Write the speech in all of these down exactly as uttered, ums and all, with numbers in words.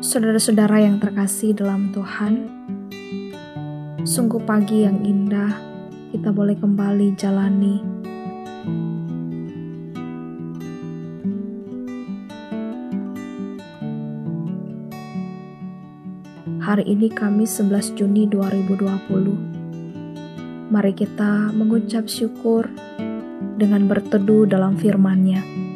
Saudara-saudara yang terkasih dalam Tuhan, sungguh pagi yang indah kita boleh kembali jalani. Hari ini Kamis sebelas Juni dua ribu dua puluh. Mari kita mengucap syukur dengan berteduh dalam firman-Nya.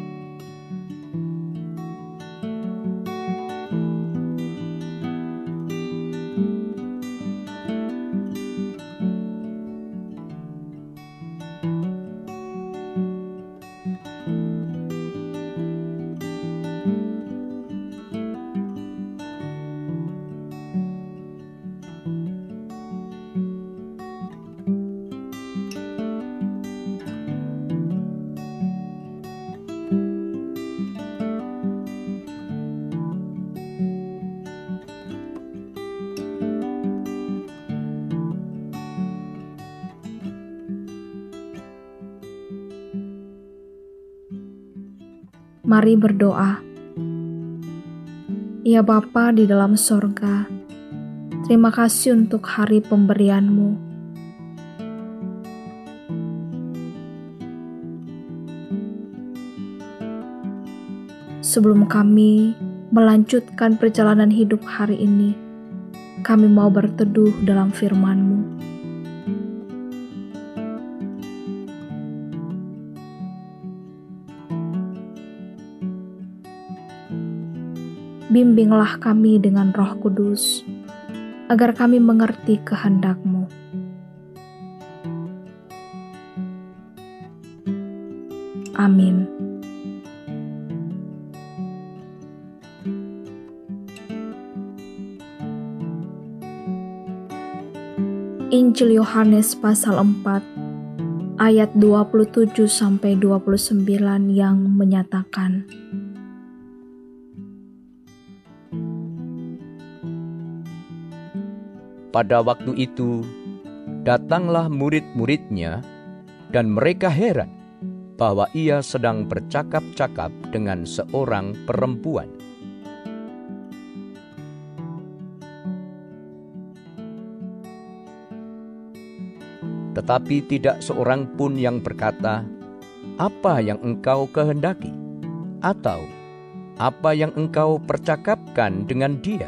Mari berdoa. Ya Bapa di dalam sorga, terima kasih untuk hari pemberian-Mu. Sebelum kami melanjutkan perjalanan hidup hari ini, kami mau berteduh dalam firman-Mu. Bimbinglah kami dengan Roh Kudus, agar kami mengerti kehendak-Mu. Amin. Injil Yohanes pasal empat, ayat dua puluh tujuh sampai dua puluh sembilan yang menyatakan, pada waktu itu, datanglah murid-muridnya, dan mereka heran bahwa ia sedang bercakap-cakap dengan seorang perempuan. Tetapi tidak seorang pun yang berkata, "Apa yang engkau kehendaki?" atau "Apa yang engkau percakapkan dengan dia?"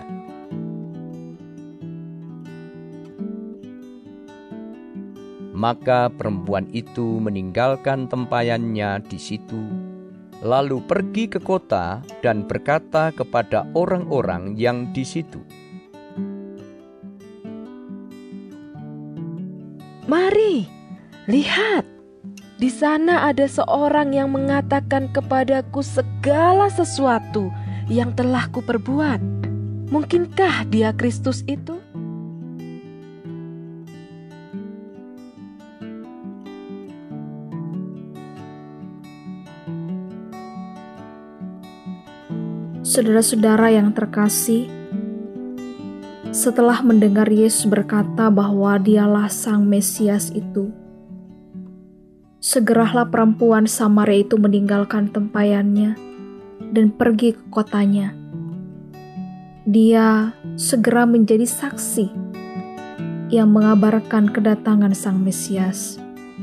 Maka perempuan itu meninggalkan tempayannya di situ, lalu pergi ke kota dan berkata kepada orang-orang yang di situ, "Mari, lihat, di sana ada seorang yang mengatakan kepadaku segala sesuatu yang telah kuperbuat. Mungkinkah dia Kristus itu?" Saudara-saudara yang terkasih, setelah mendengar Yesus berkata bahwa Dialah Sang Mesias itu, segeralah perempuan Samaria itu meninggalkan tempayannya dan pergi ke kotanya. Dia segera menjadi saksi yang mengabarkan kedatangan Sang Mesias.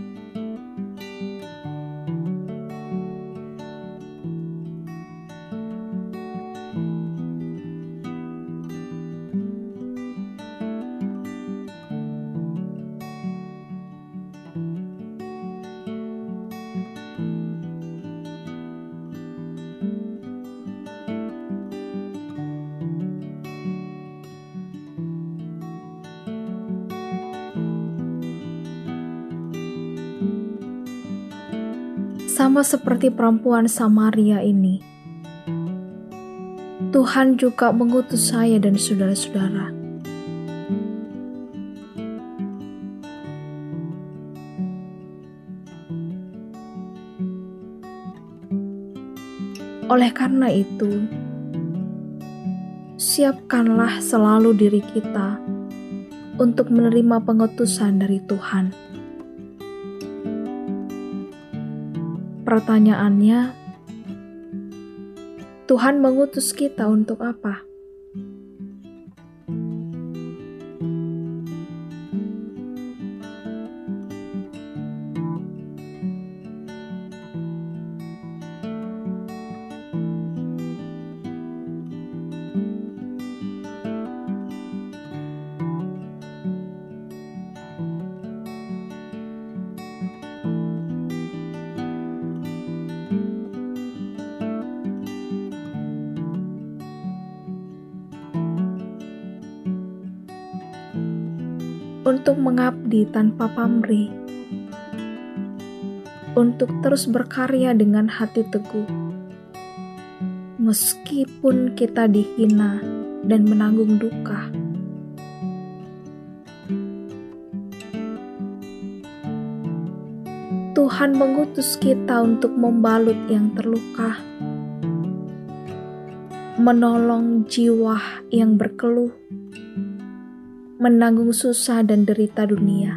Sama seperti perempuan Samaria ini, Tuhan juga mengutus saya dan saudara-saudara. Oleh karena itu, siapkanlah selalu diri kita untuk menerima pengutusan dari Tuhan. Pertanyaannya, Tuhan mengutus kita untuk apa? untuk mengabdi tanpa pamrih, untuk terus berkarya dengan hati teguh, meskipun kita dihina dan menanggung duka. Tuhan mengutus kita untuk membalut yang terluka, menolong jiwa yang berkeluh, menanggung susah dan derita dunia.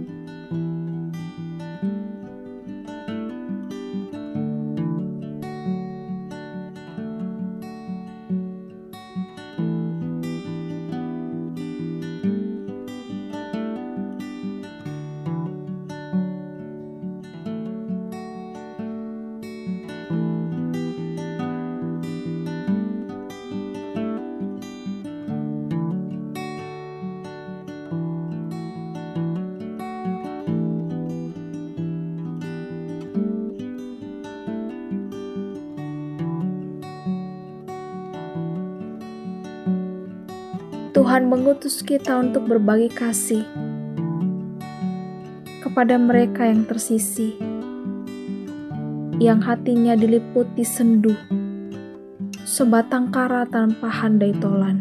Tuhan mengutus kita untuk berbagi kasih kepada mereka yang tersisih, yang hatinya diliputi sendu, sebatang kara tanpa handai tolan.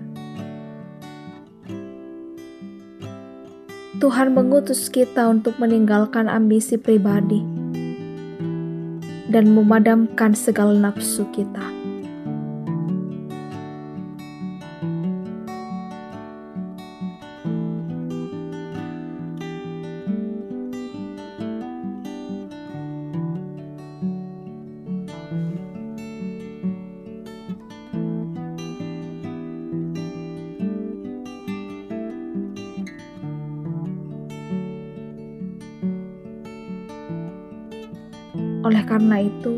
Tuhan mengutus kita untuk meninggalkan ambisi pribadi dan memadamkan segala nafsu kita. Oleh karena itu,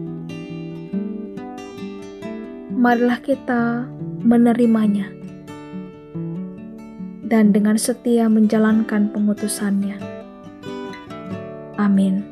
marilah kita menerimanya dan dengan setia menjalankan pengutusannya. Amin.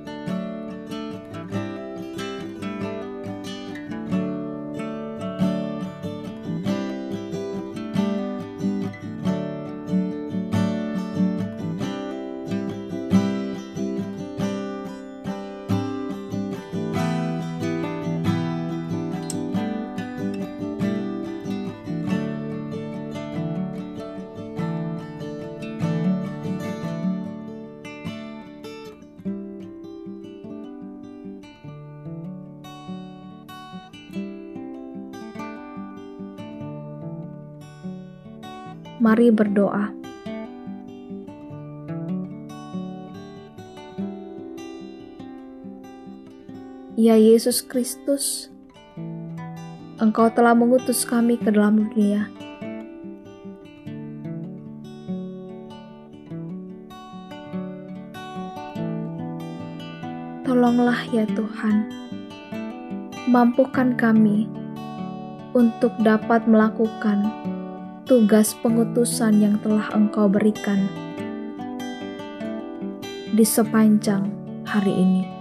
Mari berdoa. Ya Yesus Kristus, Engkau telah mengutus kami ke dalam dunia. Tolonglah ya Tuhan, mampukan kami untuk dapat melakukan tugas pengutusan yang telah Engkau berikan di sepanjang hari ini.